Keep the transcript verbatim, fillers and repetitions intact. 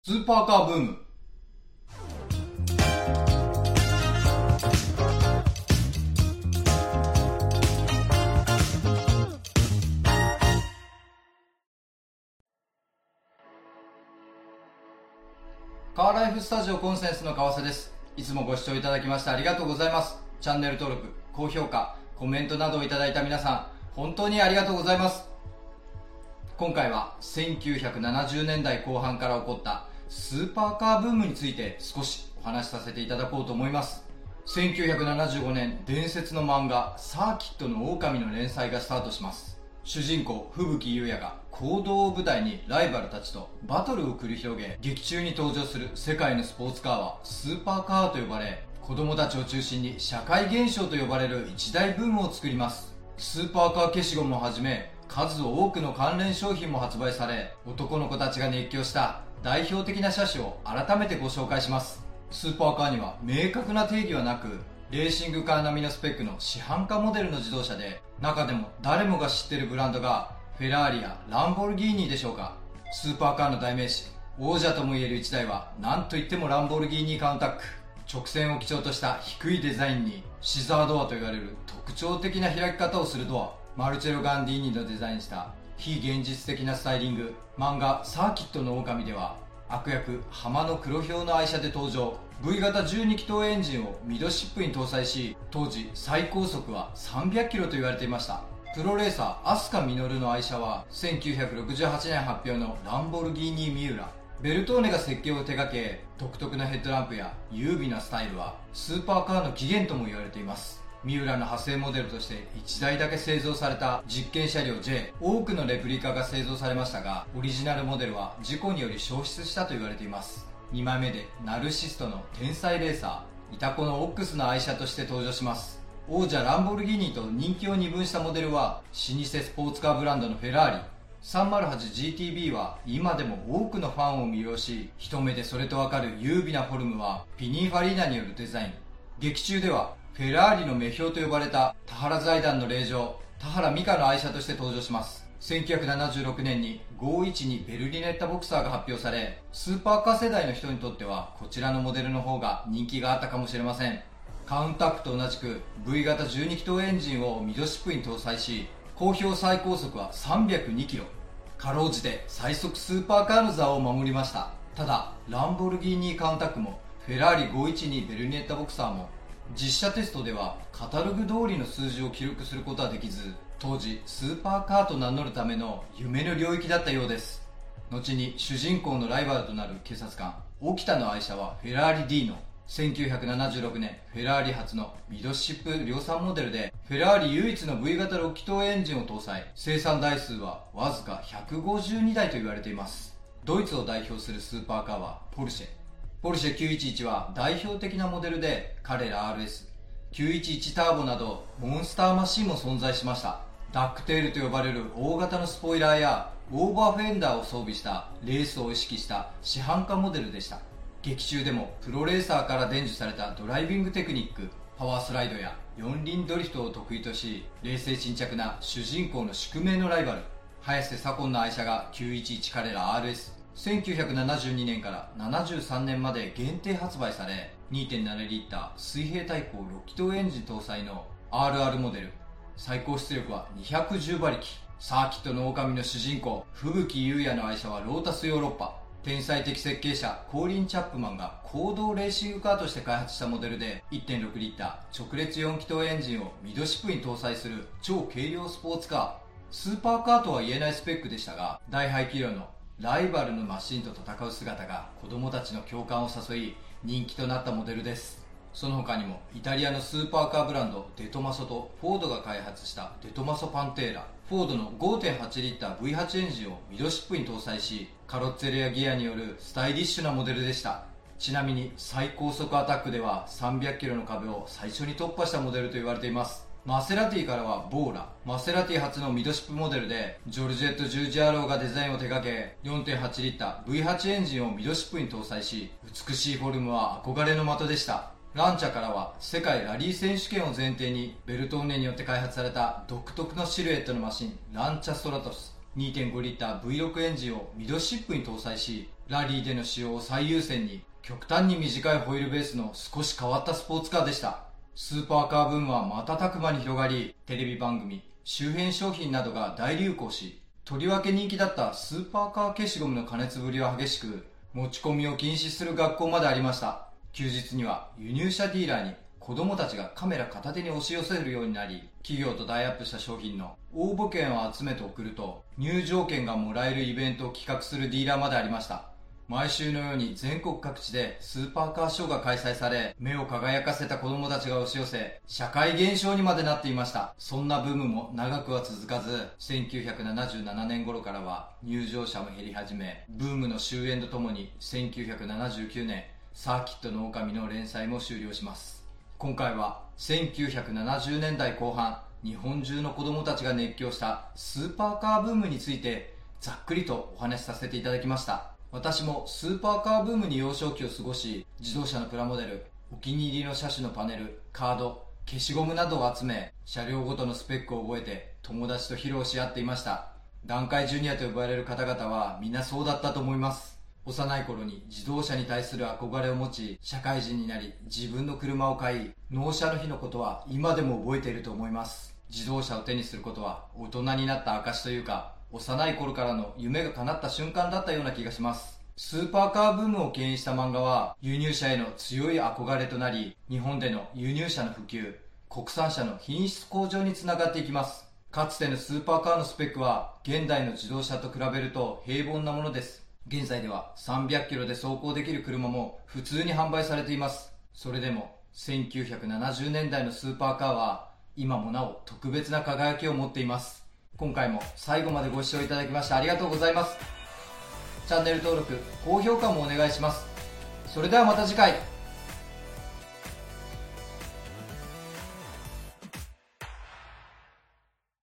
スーパーカーブーム。カーライフスタジオコンセンスの川瀬です。いつもご視聴いただきましてありがとうございます。チャンネル登録、高評価、コメントなどをいただいた皆さん、本当にありがとうございます。今回はせんきゅうひゃくななじゅうねんだいこう半から起こったスーパーカーブームについて少しお話しさせていただこうと思います。せんきゅうひゃくななじゅうごねん、伝説の漫画サーキットの狼の連載がスタートします。主人公吹雪優也が行動を舞台にライバルたちとバトルを繰り広げ、劇中に登場する世界のスポーツカーはスーパーカーと呼ばれ、子供たちを中心に社会現象と呼ばれる一大ブームを作ります。スーパーカー消しゴムをはじめ数多くの関連商品も発売され、男の子たちが熱狂した代表的な車種を改めてご紹介します。スーパーカーには明確な定義はなく、レーシングカー並みのスペックの市販化モデルの自動車で、中でも誰もが知っているブランドがフェラーリやランボルギーニでしょうか。スーパーカーの代名詞、王者ともいえる一台は何といってもランボルギーニカウンタック。直線を基調とした低いデザインにシザードアと言われる特徴的な開き方をするドア、マルチェロ・ガンディーニのデザインした非現実的なスタイリング。漫画サーキットの狼では悪役浜の黒ヒョウの愛車で登場。 ブイ 型じゅうに気筒エンジンをミドシップに搭載し、当時最高速はさんびゃくキロと言われていました。プロレーサー飛鳥実の愛車はせんきゅうひゃくろくじゅうはちねん発表のランボルギーニミューラ。ベルトーネが設計を手掛け、独特なヘッドランプや優美なスタイルはスーパーカーの起源とも言われています。ミューラの派生モデルとしていちだいだけ製造された実験車両 J、 多くのレプリカが製造されましたが、オリジナルモデルは事故により消失したと言われています。にまいめでナルシストの天才レーサーイタコのオックスの愛車として登場します。王者ランボルギーニと人気を二分したモデルは老舗スポーツカーブランドのフェラーリ。 さんまるはちジーティービー は今でも多くのファンを魅了し、一目でそれとわかる優美なフォルムはピニーファリーナによるデザイン。劇中ではフェラーリの目標と呼ばれた田原財団の令嬢田原美香の愛車として登場します。せんきゅうひゃくななじゅうろくねんにごーいちにベルリネッタボクサーが発表され、スーパーカー世代の人にとってはこちらのモデルの方が人気があったかもしれません。カウンタックと同じく ブイ 型じゅうに気筒エンジンをミドシップに搭載し、公表最高速はさんびゃくにキロ、かろうじて最速スーパーカーの座を守りました。ただランボルギーニカウンタックもフェラーリごーいちにベルリネッタボクサーも実車テストではカタログ通りの数字を記録することはできず、当時スーパーカーと名乗るための夢の領域だったようです。後に主人公のライバルとなる警察官沖田の愛車はフェラーリ D のせんきゅうひゃくななじゅうろくねんフェラーリ初のミドシップ量産モデルで、フェラーリ唯一の ブイ 型ろく気筒エンジンを搭載。生産台数はわずかひゃくごじゅうにだいと言われています。ドイツを代表するスーパーカーはポルシェ。ポルシェきゅういちいちは代表的なモデルで、彼ら アールエス、きゅういちいちターボなどモンスターマシンも存在しました。ダックテールと呼ばれる大型のスポイラーやオーバーフェンダーを装備したレースを意識した市販化モデルでした。劇中でもプロレーサーから伝授されたドライビングテクニック、パワースライドや四輪ドリフトを得意とし、冷静沈着な主人公の宿命のライバル早瀬左近の愛車がきゅういちいち彼ら アールエス。せんきゅうひゃくななじゅうにねんからななじゅうさんねんまで限定発売され、 にてんなな リッター水平対向ろく気筒エンジン搭載の アールアール モデル、最高出力はにひゃくじゅうばりき。サーキットの狼の主人公吹雪優也の愛車はロータスヨーロッパ。天才的設計者コーリン・チャップマンが公道レーシングカーとして開発したモデルで、 いってんろく リッター直列よん気筒エンジンをミドシップに搭載する超軽量スポーツカー。スーパーカーとは言えないスペックでしたが、大排気量のライバルのマシンと戦う姿が子供たちの共感を誘い人気となったモデルです。その他にもイタリアのスーパーカーブランドデトマソとフォードが開発したデトマソパンテーラ、フォードの ごてんはち リッター ブイはち エンジンをミドシップに搭載し、カロッツェルやギアによるスタイリッシュなモデルでした。ちなみに最高速アタックではさんびゃくキロの壁を最初に突破したモデルと言われています。マセラティからはボーラ。マセラティ初のミドシップモデルで、ジョルジェット・ジュージアローがデザインを手掛け、 よんてんはち リッター ブイはち エンジンをミドシップに搭載し、美しいフォルムは憧れの的でした。ランチャからは世界ラリー選手権を前提にベルトーネによって開発された独特のシルエットのマシンランチャストラトス。 にてんご リッター ブイろく エンジンをミドシップに搭載し、ラリーでの使用を最優先に、極端に短いホイールベースの少し変わったスポーツカーでした。スーパーカーブームは瞬く間に広がり、テレビ番組、周辺商品などが大流行し、とりわけ人気だったスーパーカー消しゴムの加熱ぶりは激しく、持ち込みを禁止する学校までありました。休日には輸入車ディーラーに子供たちがカメラ片手に押し寄せるようになり、企業とタイアップした商品の応募券を集めて送ると入場券がもらえるイベントを企画するディーラーまでありました。毎週のように全国各地でスーパーカーショーが開催され、目を輝かせた子供たちが押し寄せ、社会現象にまでなっていました。そんなブームも長くは続かず、せんきゅうひゃくななじゅうななねん頃からは入場者も減り始め、ブームの終焉とともにせんきゅうひゃくななじゅうきゅうねんサーキットの狼の連載も終了します。今回はせんきゅうひゃくななじゅうねんだいこう半、日本中の子供たちが熱狂したスーパーカーブームについてざっくりとお話しさせていただきました。私もスーパーカーブームに幼少期を過ごし、自動車のプラモデル、お気に入りの車種のパネル、カード、消しゴムなどを集め、車両ごとのスペックを覚えて友達と披露し合っていました。団塊ジュニアと呼ばれる方々はみんなそうだったと思います。幼い頃に自動車に対する憧れを持ち、社会人になり自分の車を買い、納車の日のことは今でも覚えていると思います。自動車を手にすることは大人になった証というか、幼い頃からの夢が叶った瞬間だったような気がします。スーパーカーブームを牽引した漫画は輸入車への強い憧れとなり、日本での輸入車の普及、国産車の品質向上につながっていきます。かつてのスーパーカーのスペックは現代の自動車と比べると平凡なものです。現在ではさんびゃくキロで走行できる車も普通に販売されています。それでもせんきゅうひゃくななじゅうねんだいのスーパーカーは今もなお特別な輝きを持っています。今回も最後までご視聴いただきましてありがとうございます。チャンネル登録、高評価もお願いします。それではまた次回。